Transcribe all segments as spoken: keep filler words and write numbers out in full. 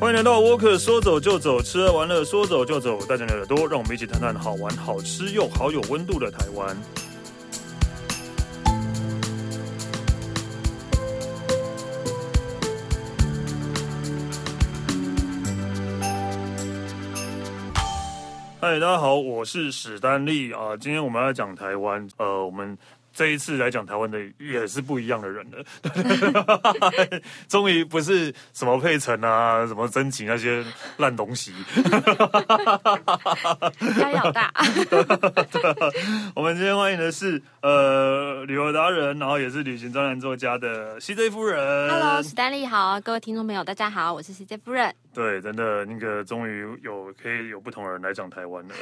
欢迎来到沃克，说走就走，吃喝玩乐说走就走，带着你的耳朵，让我们一起谈谈好玩、好吃又好有温度的台湾。嗨，大家好，我是史丹利啊。今天我们要讲台湾，呃，我们。这一次来讲台湾的也是不一样的人了，终于不是什么佩岑啊、什么真情那些烂东西。 压力好大。 我们今天欢迎的是呃旅游达人，然后也是旅行专栏作家的 C J 夫人。 Hello， 史丹利好，各位听众朋友，大家好，我是 C J 夫人。 对，真的那个终于有可以有不同的人来讲台湾了。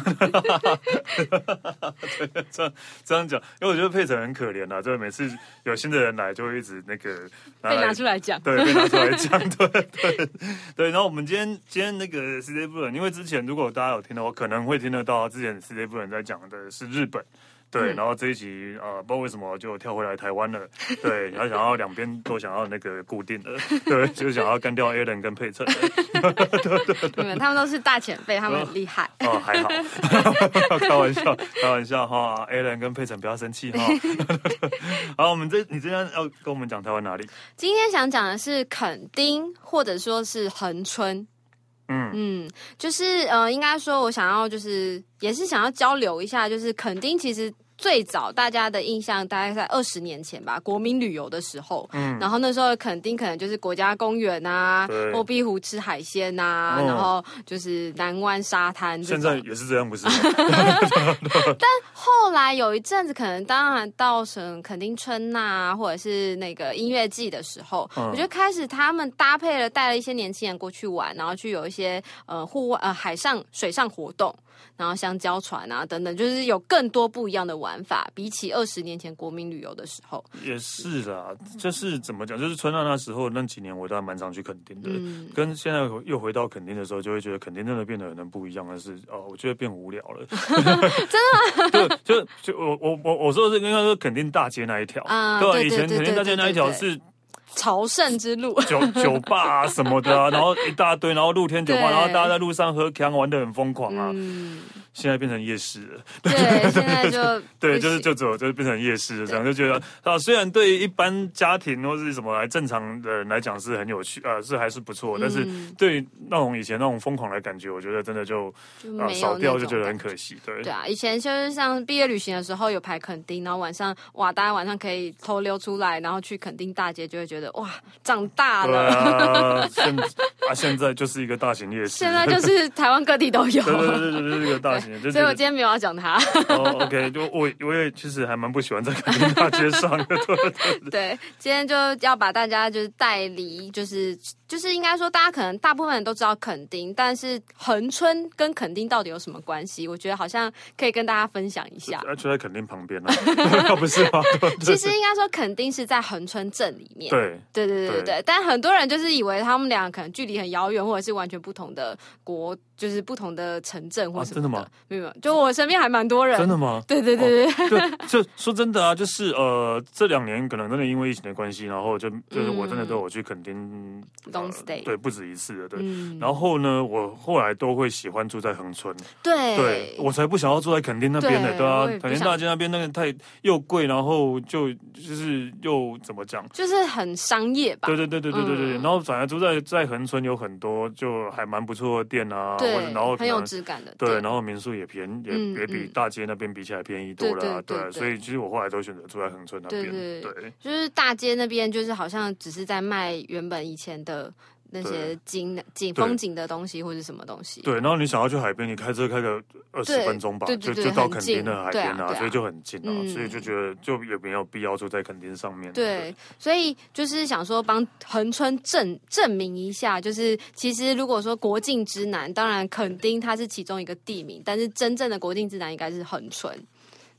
对，这样这样讲，因为我觉得佩岑很可怜啊，就是每次有新的人来，就会一直那个拿被拿出来讲， 对，被拿出来讲，对对对。然后我们今天今天那个 C J 夫人，因为之前如果大家有听到，可能会听得到，之前 C J 夫人在讲的是日本。对，然后这一集呃，不知道为什么就跳回来台湾了。对，他想要两边都想要那个固定的，对，就是想要干掉 Alan 跟佩岑。对对对， 你们他们都是大前辈，他们很厉害。 哦，还好，开玩笑，开玩笑哈 ，Alan 跟佩岑不要生气哈。好，我们这你今天要跟我们讲台湾哪里？ 今天想讲的是垦丁，或者说是恒春。嗯嗯，就是呃，应该说，我想要就是也是想要交流一下，就是垦丁其实。最早大家的印象大概在二十年前吧，国民旅游的时候，嗯，然后那时候垦丁可能就是国家公园啊，或碧湖吃海鲜啊，哦、然后就是南湾沙滩。 现在也是这样，不是吗？ 但后来有一阵子，可能当然到什垦丁春呐，或者是那个音乐季的时候，嗯、我就开始他们搭配了带了一些年轻人过去玩，然后去有一些呃户外呃海上水上活动。然后香蕉船啊等等，就是有更多不一样的玩法，比起二十年前国民旅游的时候。也是啦，就是怎么讲，就是春娜那时候那几年，我都还蛮常去垦丁的。嗯、跟现在又回到垦丁的时候，就会觉得垦丁真的变得很不一样的是，哦，我觉得变无聊了。 真的吗？ 就就就我我我我说的是应该说垦丁大街那一条，啊、对吧？以前垦丁大街那一条是。 朝圣之路， 酒酒吧啊什么的啊，然后一大堆，然后露天酒吧，然后大家在路上喝康玩得很疯狂啊。嗯，现在变成夜市了。 对，现在就对，就是就走，就是变成夜市了，这样就觉得啊，虽然对一般家庭或是什么来正常的人来讲是很有趣，呃，是还是不错，但是对那种以前那种疯狂的感觉，我觉得真的就啊少掉，就觉得很可惜。对， 对啊，以前就是像毕业旅行的时候有排垦丁，然后晚上哇，大家晚上可以偷溜出来，然后去垦丁大街，就会觉得。哇，长大了！ 啊，现啊，现在就是一个大型夜市， 现在就是台湾各地都有。 对对对对对，这个大型， 所以我今天没有要讲它。 哦 ，OK， 就我我也其实还蛮不喜欢在垦丁大街上的。对对对， 对，今天就要把大家就是带离，就是就是应该说，大家可能大部分人都知道垦丁，但是恒春跟垦丁到底有什么关系？我觉得好像可以跟大家分享一下。 就在垦丁旁边啊，不是吗？ 其实应该说垦丁是在恒春镇里面。 对。 对对对对对，但很多人就是以为他们俩可能距离很遥远，或者是完全不同的国，就是不同的城镇或什么的。啊、真的吗？没有，就我身边还蛮多人。 真的吗？ 对对对对。 哦、就就说真的啊，就是呃，这两年可能真的因为疫情的关系，然后就就是我真的都有去垦丁 long stay，、呃、 对，不止一次的，对。嗯、然后呢，我后来都会喜欢住在恒春。 对， 对我才不想要住在垦丁那边的， 对, 对啊，垦丁大街那边那个太又贵，然后就就是又怎么讲， 就是很商业吧。 对对对对对对对，嗯、然后反而住在在恒春有很多就还蛮不错的店啊， 对， 或者然后很有质感的店， 对，然后民宿也便也、嗯、也比大街那边比起来便宜多了、啊，对, 对, 对, 对, 对，所以其实我后来都选择住在恒春那边，对, 对, 对， 就是大街那边就是好像只是在卖原本以前的。那些景景风景的东西或者什么东西， 对，然后你想要去海边，你开车开个二十分钟吧， 对对对就就到垦丁的海边啊， 啊啊所以就很近啊，嗯、所以就觉得就也没有必要住在垦丁上面。 对，对所以就是想说帮恒春证证明一下，就是其实如果说国境之南，当然垦丁它是其中一个地名，但是真正的国境之南应该是恒春。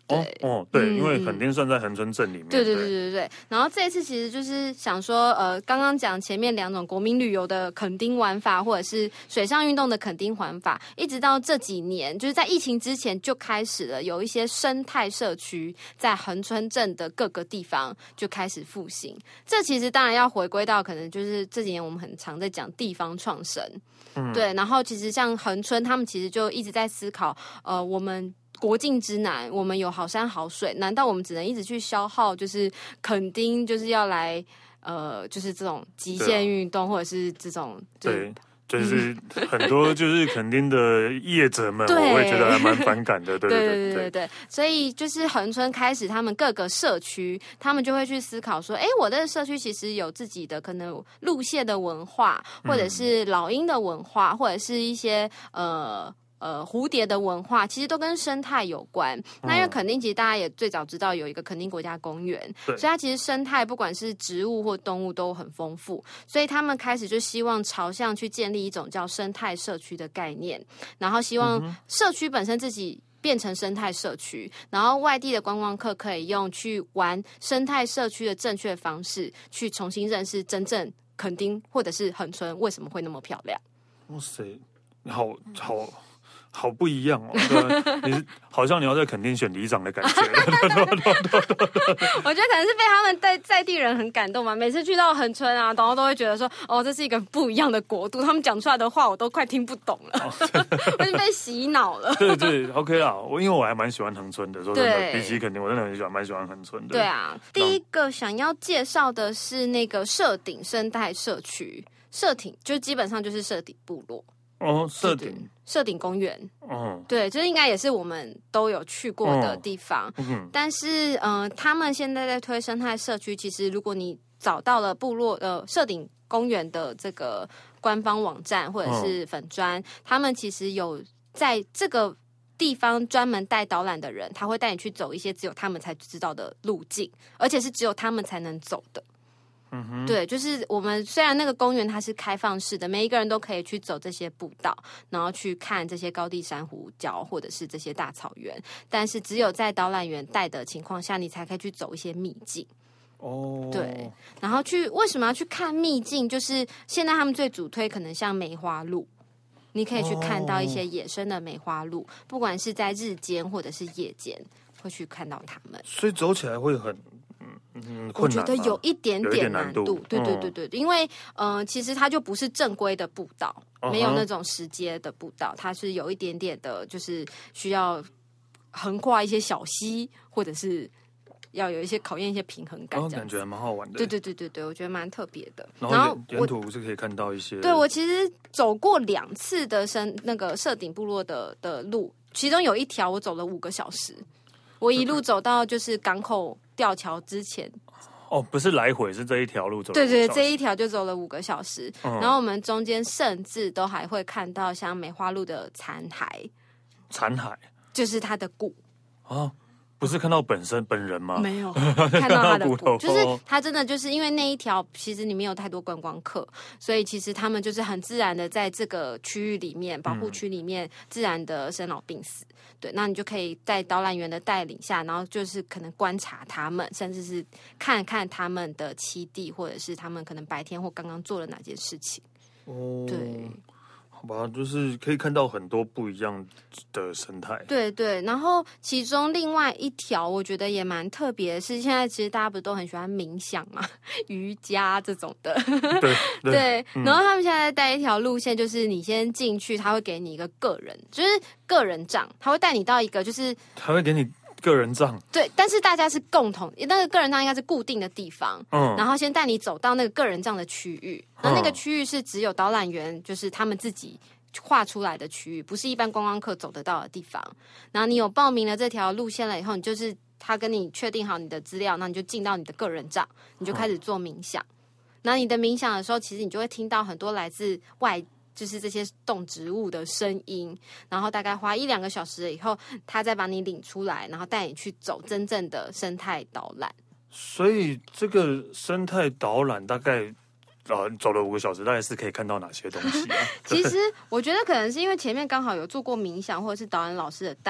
对哦哦，对，嗯、因为垦丁算在恒春镇里面。 对对对对对。然后这一次其实就是想说，呃，刚刚讲前面两种国民旅游的垦丁玩法，或者是水上运动的垦丁玩法，一直到这几年，就是在疫情之前就开始了，有一些生态社区在恒春镇的各个地方就开始复兴。这其实当然要回归到可能就是这几年我们很常在讲地方创生，嗯、对。然后其实像恒春，他们其实就一直在思考，呃，我们。国境之南，我们有好山好水，难道我们只能一直去消耗？就是垦丁就是要来呃，就是这种极限运动，啊、或者是这种对，就是很多就是垦丁的业者们，我会觉得还蛮反感的。对对对对, 对对对，所以就是恒春开始，他们各个社区，他们就会去思考说，哎，我的社区其实有自己的可能路线的文化，或者是老鹰的文化，或者是一些呃。呃，蝴蝶的文化其实都跟生态有关。那因为垦丁其实大家也最早知道有一个垦丁国家公园，所以它其实生态不管是植物或动物都很丰富。所以他们开始就希望朝向去建立一种叫生态社区的概念，然后希望社区本身自己变成生态社区，然后外地的观光客可以用去玩生态社区的正确方式，去重新认识真正垦丁或者是恒春为什么会那么漂亮。 哇塞，好好。好不一样哦，对，你好像你要在垦丁选里长的感觉。 我觉得可能是被他们在在地人很感动嘛，每次去到恒春啊，然后都会觉得说，哦，这是一个不一样的国度，他们讲出来的话我都快听不懂了，我已经被洗脑了。 对对 ，OK 啦，我因为我还蛮喜欢恒春的，说真的，比起垦丁，我真的很喜欢，蛮喜欢恒春的。 对啊，第一个想要介绍的是那个社顶生态社区，社顶就基本上就是社顶部落。 哦，社顶社顶公园，哦，对，这应该也是我们都有去过的地方。哦嗯、但是，嗯、呃，他们现在在推生态社区，其实如果你找到了部落呃社顶公园的这个官方网站或者是粉专，哦、他们其实有在这个地方专门带导览的人，他会带你去走一些只有他们才知道的路径，而且是只有他们才能走的。嗯、对，就是我们虽然那个公园它是开放式的，每一个人都可以去走这些步道，然后去看这些高地珊瑚礁或者是这些大草原，但是只有在导览员带的情况下，你才可以去走一些秘境。哦，对，然后去为什么要去看秘境？就是现在他们最主推可能像梅花鹿，你可以去看到一些野生的梅花鹿，不管是在日间或者是夜间，会去看到它们。 所以走起来会很。嗯， 我觉得有一点点难度，对对对对，因为呃，其实它就不是正规的步道，uh-huh. 没有那种石阶的步道，它是有一点点的，就是需要横跨一些小溪，或者是要有一些考验一些平衡感，这样子， 感觉还蛮好玩的。 对对对对对，我觉得蛮特别的。 然后沿途是可以看到一些， 对我其实走过两次的生那个社顶部落的的路，其中有一条我走了五个小时，我一路走到就是港口吊桥之前。 哦，不是来回，是这一条路走了。 对对，这一条就走了五个小时，嗯、然后我们中间甚至都还会看到像梅花鹿的残骸。 残骸就是它的骨啊，不是看到本身本人吗？ 没有，看到它的骨，就是它真的就是因为那一条其实里面有太多观光客，所以其实他们就是很自然的在这个区域里面保护区里面自然的生老病死。嗯、对，那你就可以在导览员的带领下，然后就是可能观察他们，甚至是看看他们的栖地，或者是他们可能白天或刚刚做了哪件事情。哦，对。 好吧，就是可以看到很多不一样的生态。 对对，然后其中另外一条我觉得也蛮特别的是，现在其实大家不是都很喜欢冥想嘛，瑜伽这种的。 对 对, 对、嗯，然后他们现在带一条路线，就是你先进去，他会给你一个个人，就是个人帐，他会带你到一个就是他会给你。个人帐对，但是大家是共同，那个个人帐应该是固定的地方，嗯，然后先带你走到那个个人帐的区域，那那个区域是只有导览员就是他们自己画出来的区域，不是一般观光客走得到的地方。然后你有报名了这条路线了以后，你就是他跟你确定好你的资料，那你就进到你的个人帐，你就开始做冥想。那你的冥想的时候，其实你就会听到很多来自外。就是这些动植物的声音，然后大概花一两个小时以后，他再把你领出来，然后带你去走真正的生态导览。 所以这个生态导览大概呃走了五个小时，大概是可以看到哪些东西啊？ 其实我觉得可能是因为前面刚好有做过冥想或者是导览老师的带领，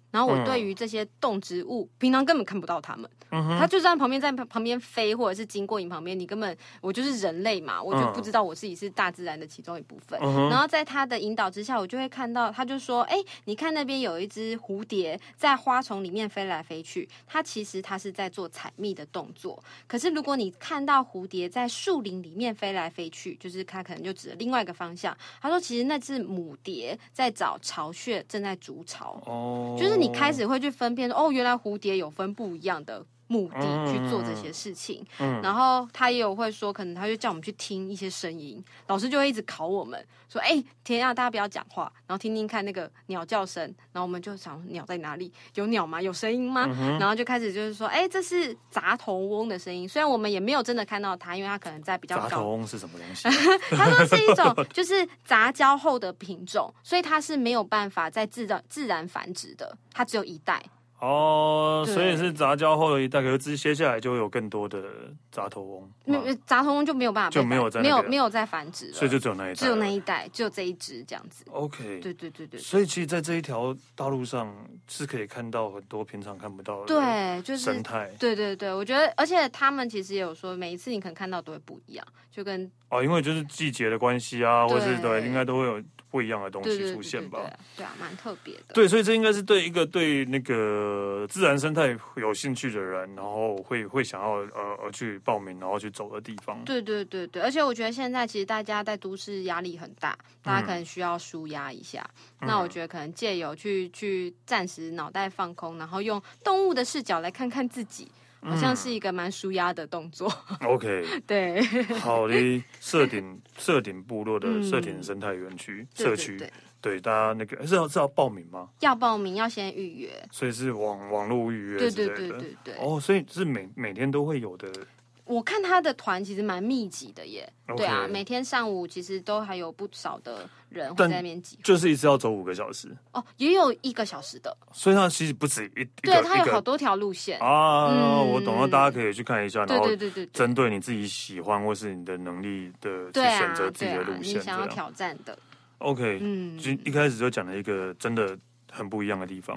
然后我对于这些动植物，嗯、平常根本看不到它们，嗯、它就在旁边在旁边飞，或者是经过你旁边，你根本我就是人类嘛，我就不知道我自己是大自然的其中一部分。嗯、然后在他的引导之下，我就会看到，他就说：“哎，你看那边有一只蝴蝶在花丛里面飞来飞去，它其实它是在做采蜜的动作。可是如果你看到蝴蝶在树林里面飞来飞去，就是它可能就指了另外一个方向。他说，其实那是母蝶在找巢穴，正在筑巢。哦，就是你开始会去分辨，哦，原来蝴蝶有分不一样的目的去做这些事情。嗯，然后他也有会说，可能他就叫我们去听一些声音，老师就会一直考我们说，哎，天啊，大家不要讲话，然后听听看那个鸟叫声，然后我们就想鸟在哪里？有鸟吗？有声音吗？嗯、然后就开始就是说，哎，这是杂头翁的声音。虽然我们也没有真的看到它，因为它可能在比较高。 杂头翁是什么东西？ 他说是一种就是杂交后的品种，所以它是没有办法在自然自然繁殖的，它只有一代。 哦，所以是杂交后的一代，可是接下来就会有更多的杂头翁， 没杂头翁就没有办法， 就没有在、 那個、没有没有在繁殖了， 所以就只有那一代， 只有那一代，只有这一只这样子。 OK， 对对对 对, 對。 所以其实，在这一条道路上是可以看到很多平常看不到的对，就是生态。 对对对，我觉得，而且他们其实也有说，每一次你可能看到都会不一样，就跟哦，因为就是季节的关系啊，或是对，应该都会有不一样的东西出现吧？ 对, 對, 對, 對, 對, 對啊，蛮特别的。 对，所以这应该是对一个对那个自然生态有兴趣的人，然后会会想要呃呃去报名，然后去走的地方。 对对对对，而且我觉得现在其实大家在都市压力很大，大家可能需要抒压一下。嗯、那我觉得可能借由去去暂时脑袋放空，然后用动物的视角来看看自己。好像是一个蛮舒压的动作。 OK， 对， 好的，社顶社顶部落的社顶生态园区、嗯、社区， 对, 对, 对, 对，大家那个是要是要报名吗？ 要报名，要先预约， 所以是网网络预约之类的。 对对对对对。 哦，所以是每每天都会有的。 我看他的团其实蛮密集的耶， okay, 对啊，每天上午其实都还有不少的人会在那边集， 就是一次要走五个小时哦，也有一个小时的， 所以它其实不止一， 对，它有好多条路线啊、嗯，我懂了，大家可以去看一下，然后对对对对， 针对你自己喜欢或是你的能力的去选择自己的路线， 你想要挑战的 ，OK， 嗯，就一开始就讲了一个真的很不一样的地方，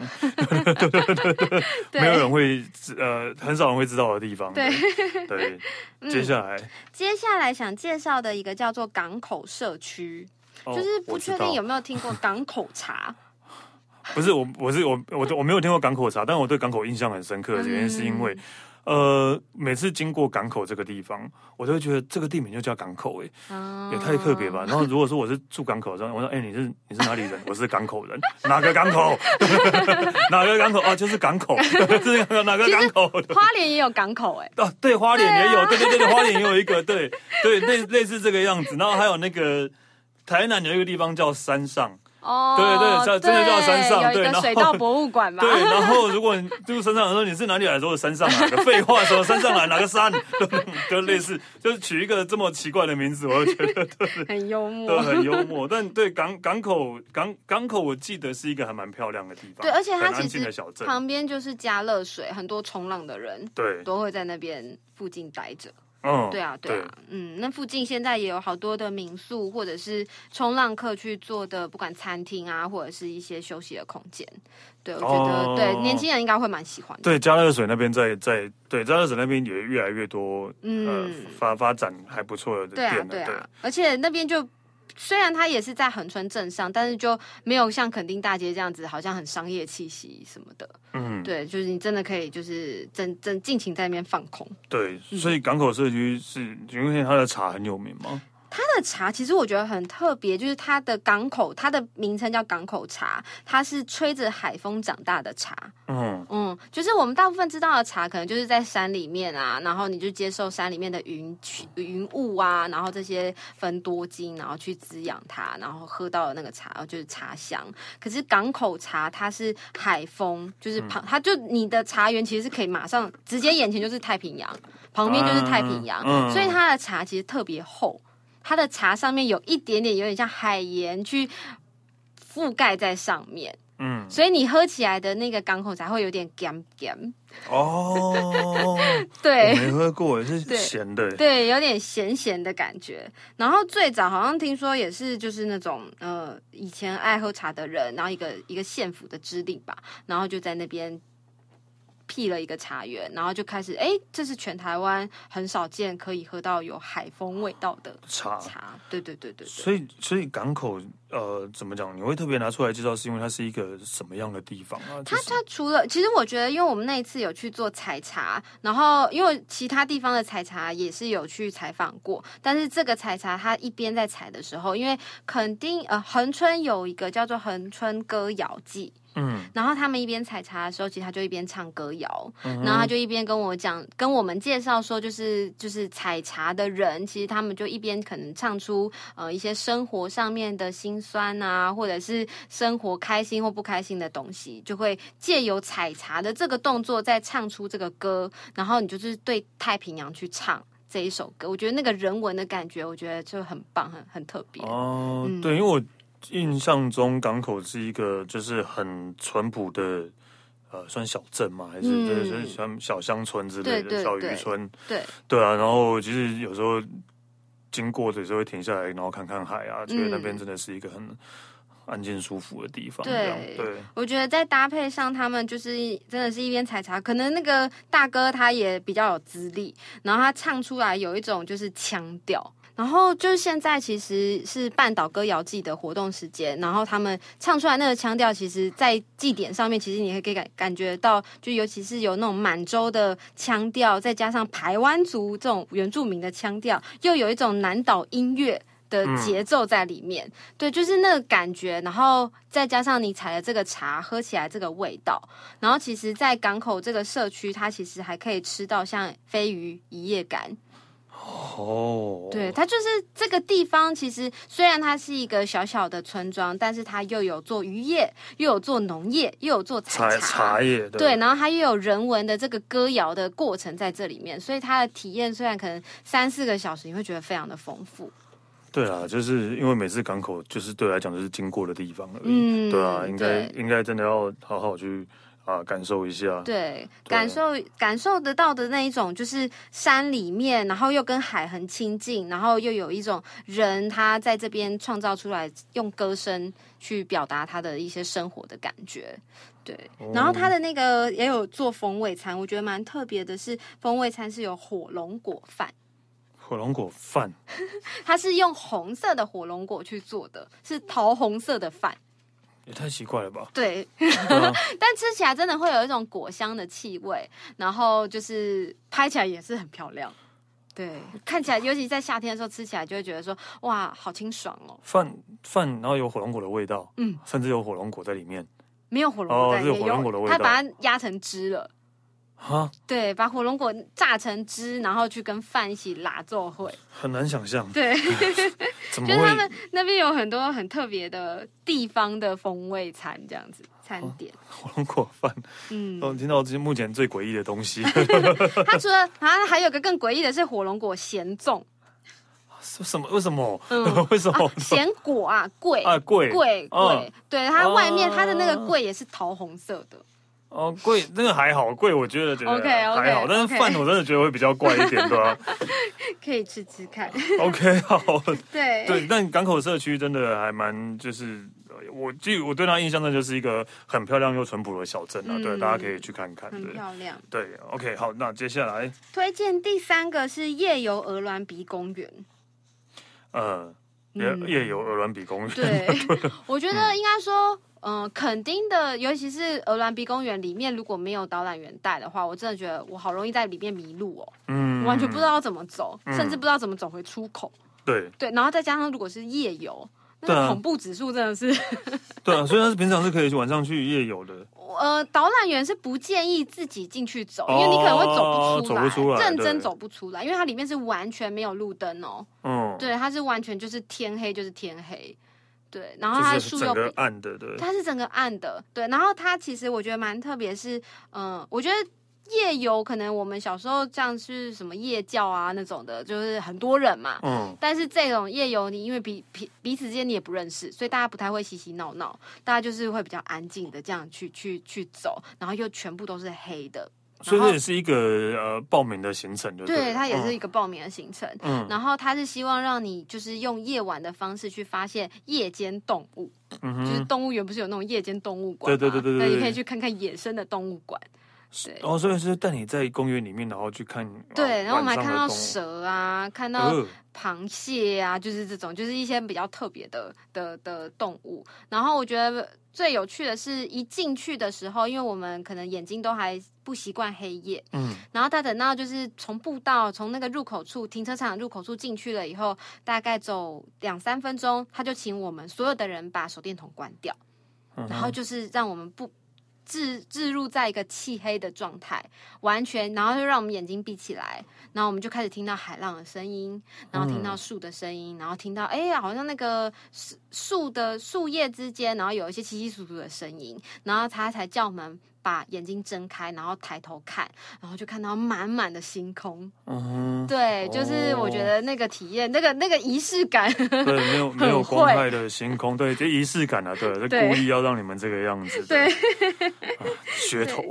没有人会呃，很少人会知道的地方。对对，接下来、嗯， 接下来想介绍的一个叫做港口社区，哦、就是不确定有没有听过港口茶。 不是我，我是我，我我没有听过港口茶，但我对港口印象很深刻的原因是因为。呃，每次经过港口这个地方，我都会觉得这个地名就叫港口、欸，哎、哦，也太特别吧。然后如果说我是住港口的时候，我说，哎、欸，你是你是哪里人？我是港口人，哪个港口？哪个港口啊？就是港口，是哪个港口？ 花莲也有港口、欸，哎， 啊，对，花莲也有，對、啊、对对对，花莲也有一个，对对，类类似这个样子。然后还有那个台南有一个地方叫山上。哦，对对，真的叫山上， 有一个水稻博物馆嘛。 对，然后如果你住山上的时候，你是哪里来说山上来的？废话，什么山上来哪个山？就类似，就是取一个这么奇怪的名字，我就觉得很幽默， 对，很幽默。但对港港口港港口，我记得是一个还蛮漂亮的地方， 对，而且它其实旁边就是嘉乐水，很多冲浪的人对都会在那边附近待着。 嗯， 对啊，对啊，对嗯，那附近现在也有好多的民宿或者是冲浪客去做的，不管餐厅啊，或者是一些休息的空间。对，我觉得、哦、对年轻人应该会蛮喜欢的。 对，嘉乐水那边在在对嘉乐水那边也越来越多，嗯，呃、发发展还不错的店了， 对啊，对啊，而且那边就。虽然它也是在恒春镇上，但是就没有像垦丁大街这样子，好像很商业气息什么的。嗯，对，就是你真的可以就是真真尽情在那边放空。 对，所以港口社区是因为它的茶很有名吗？ 它的茶其实我觉得很特别，就是它的港口，它的名称叫港口茶，它是吹着海风长大的茶。嗯嗯，就是我们大部分知道的茶，可能就是在山里面啊，然后你就接受山里面的云云雾啊，然后这些芬多精，然后去滋养它，然后喝到的那个茶就是茶香。可是港口茶它是海风，就是旁，它就你的茶园其实是可以马上直接眼前就是太平洋，旁边就是太平洋，嗯、所以它的茶其实特别厚。它的茶上面有一点点有点像海盐去覆盖在上面， 嗯，所以你喝起来的那个港口才会有点咸咸。 哦， 对， 我没喝过，是咸的， 对，有点咸咸的感觉。然后最早好像听说也是就是那种呃以前爱喝茶的人，然后一个一个县府的支令吧，然后就在那边辟了一个茶园，然后就开始，哎，这是全台湾很少见可以喝到有海风味道的茶。茶，对对对 对, 对。 所以，所以港口呃，怎么讲？你会特别拿出来介绍，是因为它是一个什么样的地方啊？ 它它除了，其实我觉得，因为我们那一次有去做采茶，然后因为其他地方的采茶也是有去采访过，但是这个采茶它一边在采的时候，因为垦丁呃恒春有一个叫做恒春歌谣季。嗯，然后他们一边采茶的时候，其实他就一边唱歌谣，嗯、然后他就一边跟我讲，跟我们介绍说，就是就是采茶的人，其实他们就一边可能唱出呃一些生活上面的辛酸啊，或者是生活开心或不开心的东西，就会借由采茶的这个动作，再唱出这个歌，然后你就是对太平洋去唱这一首歌，我觉得那个人文的感觉，我觉得就很棒，很很特别哦、嗯。对，因为我印象中港口是一个就是很淳朴的，呃，算小镇嘛，还是嗯就是像小乡村之类的， 对对小渔村。 对对啊，然后其实有时候经过的时候会停下来，然后看看海啊，觉得那边真的是一个很安静舒服的地方。 对， 对， 我觉得在搭配上，他们就是真的是一边采茶，可能那个大哥他也比较有资历，然后他唱出来有一种就是腔调。然后就是现在其实是半岛歌谣季的活动时间，然后他们唱出来那个腔调，其实在祭典上面，其实你可以感感觉到，就尤其是有那种满洲的腔调，再加上排湾族这种原住民的腔调，又有一种南岛音乐的节奏在里面，嗯、对，就是那个感觉，然后再加上你采了这个茶，喝起来这个味道，然后其实，在港口这个社区，它其实还可以吃到像飞鱼一夜干。 哦， 对，它就是这个地方，其实虽然它是一个小小的村庄，但是它又有做渔业，又有做农业，又有做采茶， 茶叶，对， 对，然后它又有人文的这个歌谣的过程在这里面，所以它的体验虽然可能三四个小时，你会觉得非常的丰富。 对啊，就是因为每次港口就是对我来讲就是经过的地方而已，嗯，对啊，应该应该真的要好好去。啊，感受一下， 对，感受感受得到的那一种，就是山里面，然后又跟海很亲近，然后又有一种人他在这边创造出来，用歌声去表达他的一些生活的感觉。对，哦、然后他的那个也有做风味餐，我觉得蛮特别的是，风味餐是有火龙果饭。 火龙果饭， 它是用红色的火龙果去做的，是桃红色的饭。 也太奇怪了吧？ 对，啊、但吃起来真的会有一种果香的气味，然后就是拍起来也是很漂亮。对，看起来尤其在夏天的时候吃起来就会觉得说哇，好清爽哦。 饭饭，然后有火龙果的味道，嗯，甚至有火龙果在里面。 没有火龙果在里面， 哦、有火龙果的味道， 他把它压成汁了。 哈， 对，把火龙果炸成汁，然后去跟饭一起拉做会， 很难想象。 对， 怎么就是他们那边有很多很特别的地方的风味餐，这样子餐点。 火龙果饭，嗯，我听到这目前最诡异的东西。 它除了啊，还有个更诡异的是火龙果咸粽。 什么？为什么？嗯、为什么？ 啊、咸果啊，桂啊，桂桂桂，对，它外面它的那个桂也是桃红色的。 哦，贵那个还好，贵我觉得觉得 OK 还好， okay, 但是饭我真的觉得会比较怪一点，对吧、啊？ 可以吃吃看。 OK， 好。 对对，但港口社区真的还蛮，就是我记我对他印象呢，就是一个很漂亮又淳朴的小镇啊，嗯、对，大家可以去看看， 很漂亮。 对 ，OK， 好，那接下来推荐第三个是夜游鹅銮鼻公园。 呃，夜夜游鹅銮鼻公园， 对，我觉得应该说。嗯，垦丁的，尤其是鹅銮鼻公园里面，如果没有导览员带的话，我真的觉得我好容易在里面迷路哦。嗯，我完全不知道要怎么走，嗯、甚至不知道怎么走回出口。 对对，然后再加上如果是夜游，那个恐怖指数真的是。 对啊，所以他是平常是可以晚上去夜游的。 呃，导览员是不建议自己进去走，因为你可能会走不出来， 哦、走不出来认真走不出来，因为它里面是完全没有路灯哦。嗯，对，它是完全就是天黑就是天黑。对，然后它的树又整个暗的，对， 它是整个暗的，对，然后它其实我觉得蛮特别是，嗯、呃，我觉得夜游可能我们小时候像是什么夜教啊那种的，就是很多人嘛。嗯。但是这种夜游，你因为彼彼彼此之间你也不认识，所以大家不太会嬉嬉闹闹，大家就是会比较安静的这样去去去走，然后又全部都是黑的。 所以这也是一个呃报名的行程，对不对？ 对，它也是一个报名的行程。嗯。然后它是希望让你就是用夜晚的方式去发现夜间动物，嗯、就是动物园不是有那种夜间动物馆吗？ 对对对对对， 那你可以去看看野生的动物馆。 对，哦，所以是带你在公园里面，然后去看。 对，然后我们还看到蛇啊，看到螃蟹啊，就是这种，就是一些比较特别的的的动物。然后我觉得最有趣的是，一进去的时候，因为我们可能眼睛都还不习惯黑夜，嗯，然后他等到就是从步道从那个入口处停车场的入口处进去了以后，大概走两三分钟，他就请我们所有的人把手电筒关掉，嗯、然后就是让我们不。置置入在一个漆黑的状态，完全，然后就让我们眼睛闭起来，然后我们就开始听到海浪的声音，然后听到树的声音，然后听到哎呀，好像那个树的树叶之间，然后有一些稀稀疏疏的声音，然后他才叫我们把眼睛睁开，然后抬头看，然后就看到满满的星空。嗯，对，就是我觉得那个体验，那个那个仪式感， 对，没有没有光害的星空，对，这仪式感啊，对，这故意要让你们这个样子， 对， 噱头，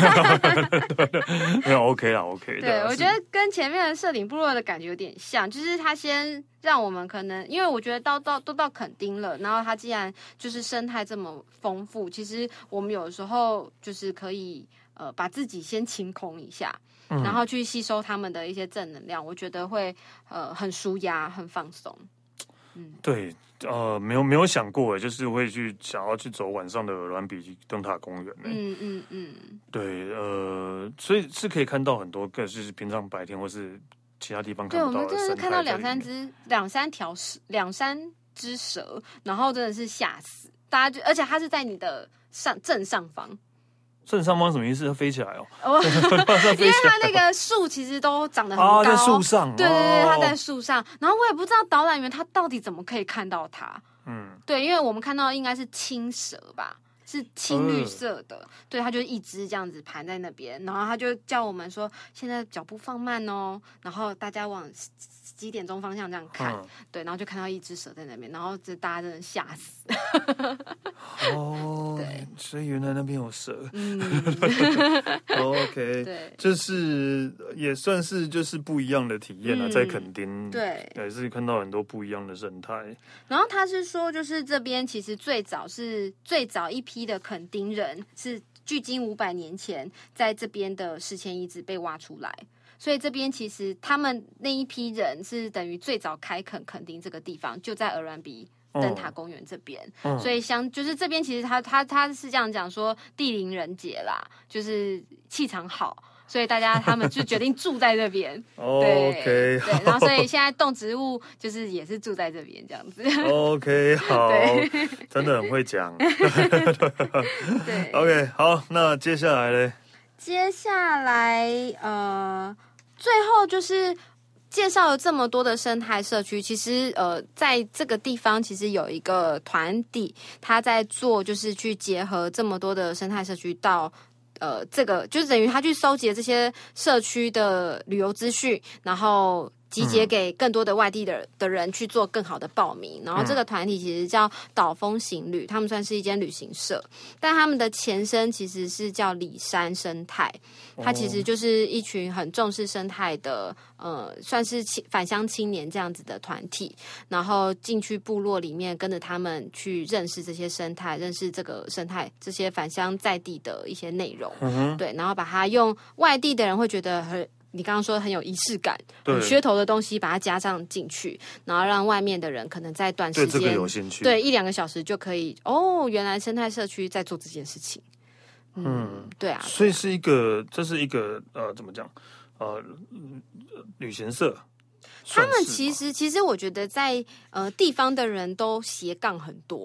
没有 OK 啦 ，OK。 对，我觉得跟前面的社顶部落的感觉有点像，就是他先让我们可能，因为我觉得到到都到垦丁了，然后它既然就是生态这么丰富，其实我们有的时候就是可以呃把自己先清空一下，嗯、然后去吸收他们的一些正能量，我觉得会呃很舒压、很放松。 嗯，对，呃，没有没有想过，就是会去想要去走晚上的鹅銮鼻灯塔公园。嗯嗯嗯，对，呃，所以是可以看到很多个，就是平常白天或是其他地方看不到的生态。对，我们真的是看到两三只、两三条蛇、两三只蛇，然后真的是吓死大家就，而且它是在你的上正上方。 正上方什么意思？它飞起来哦， 因为它那个树其实都长得很高， 啊、在树上， 对对对，它在树上。然后我也不知道导览员他到底怎么可以看到它。嗯，对，因为我们看到应该是青蛇吧，是青绿色的，呃、对，它就一只这样子盘在那边，然后他就叫我们说，现在脚步放慢哦，然后大家往几点钟方向这样看，嗯、对，然后就看到一只蛇在那边，然后这大家真的吓死。 哦，对，所以原来那边有蛇。嗯，OK， 对，就是也算是就是不一样的体验了，嗯、在垦丁， 对， 也是看到很多不一样的生态。 然后他是说，就是这边其实最早是最早一批的垦丁人是距今五百年前在这边的史前遗址被挖出来。所以这边其实他们那一批人是等于最早开垦垦丁这个地方，就在鹅銮鼻灯塔公园这边。嗯、所以相就是这边其实他他他是这样讲说地灵人杰啦，就是气场好，所以大家他们就决定住在这边。 OK， 对，然后所以现在动植物就是也是住在这边这样子。 OK， 好，真的很会讲。 对 ，OK， 好，那接下来呢？ 接下来呃。最后就是介绍了这么多的生态社区，其实呃，在这个地方其实有一个团体，他在做就是去结合这么多的生态社区到呃这个，就是等于他去收集这些社区的旅游资讯，然后集结给更多的外地的的人去做更好的报名，然后这个团体其实叫岛风行旅，他们算是一间旅行社，但他们的前身其实是叫里山生态，它其实就是一群很重视生态的，呃，算是返乡青年这样子的团体，然后进去部落里面跟着他们去认识这些生态，认识这个生态这些返乡在地的一些内容，嗯、对，然后把它用外地的人会觉得很。你刚刚说很有仪式感、很噱头的东西，把它加上进去，然后让外面的人可能在短时间对这个有兴趣， 对一两个小时就可以哦，原来生态社区在做这件事情。嗯，嗯对啊， 所以是一个，这是一个呃，怎么讲？呃，旅行社。 他们其实，其实我觉得在呃地方的人都斜杠很多。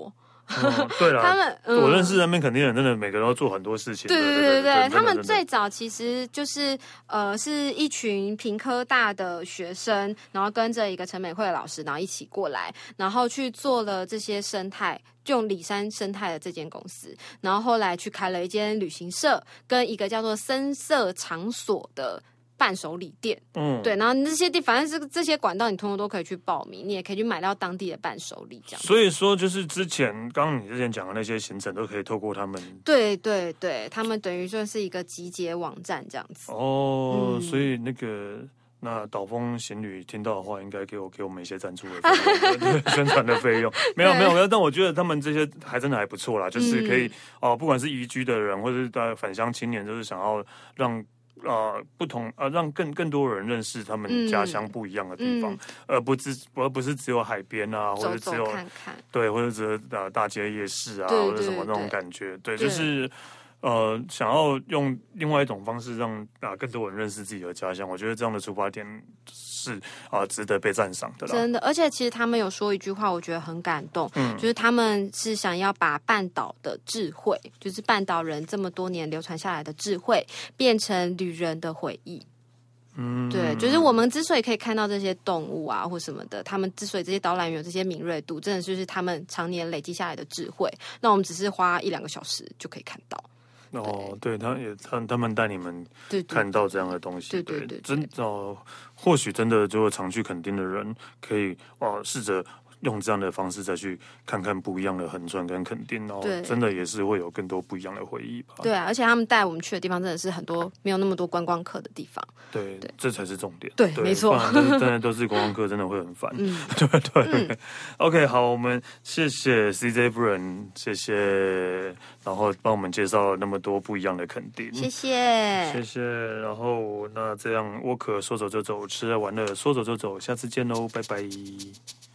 嗯、对啦， 他们、嗯、 我认识那边垦丁人，真的每个人都做很多事情。 对对对对对， 对， 他们最早其实就是呃，是一群屏科大的学生，然后跟着一个陈美惠老师，然后一起过来，然后去做了这些生态。用里山生态的这间公司，然后后来去开了一间旅行社，跟一个叫做深色场所的伴手礼店。嗯，对，然后这些地，反正是这些管道，你通通都可以去报名，你也可以去买到当地的伴手礼，这样。 所以说，就是之前刚刚你之前讲的那些行程，都可以透过他们。 对对对，他们等于说是一个集结网站这样子。 哦，嗯、所以那个。那岛风行旅听到的话，应该给我给我们一些赞助的费用宣传的费用。没有没有，但我觉得他们这些还真的还不错啦，就是可以哦、呃，不管是移居的人，或者是在返乡青年，就是想要让呃不同呃让更更多人认识他们家乡不一样的地方，嗯、而不只而不是只有海边啊，或者只有走走看看对，或者只有呃大街夜市啊， 对对对或者什么那种感觉，对，对就是。呃，想要用另外一种方式让啊、呃、更多人认识自己的家乡，我觉得这样的出发点是啊、呃、值得被赞赏的啦。 真的，而且其实他们有说一句话，我觉得很感动，嗯，就是他们是想要把半岛的智慧，就是半岛人这么多年流传下来的智慧，变成旅人的回忆。嗯，对，就是我们之所以可以看到这些动物啊或什么的，他们之所以这些导览员有这些敏锐度，真的就是他们常年累积下来的智慧。那我们只是花一两个小时就可以看到。 哦，对，他也他他们带你们看到这样的东西， 对对 对, 对, 对， 真哦，或许真的如果常去垦丁的人，可以哦试着用这样的方式再去看看不一样的横川跟垦丁，然后真的也是会有更多不一样的回忆吧。 对啊，而且他们带我们去的地方真的是很多没有那么多观光客的地方。 对，对这才是重点。 对，对没错， 真的都是观光客，真的会很烦。嗯，对对。嗯、OK， 好，我们谢谢 C J 夫人，谢谢，然后帮我们介绍了那么多不一样的垦丁， 谢谢， 谢谢。然后那这样，沃克说走就走，吃了玩乐说走就走，下次见喽，拜拜。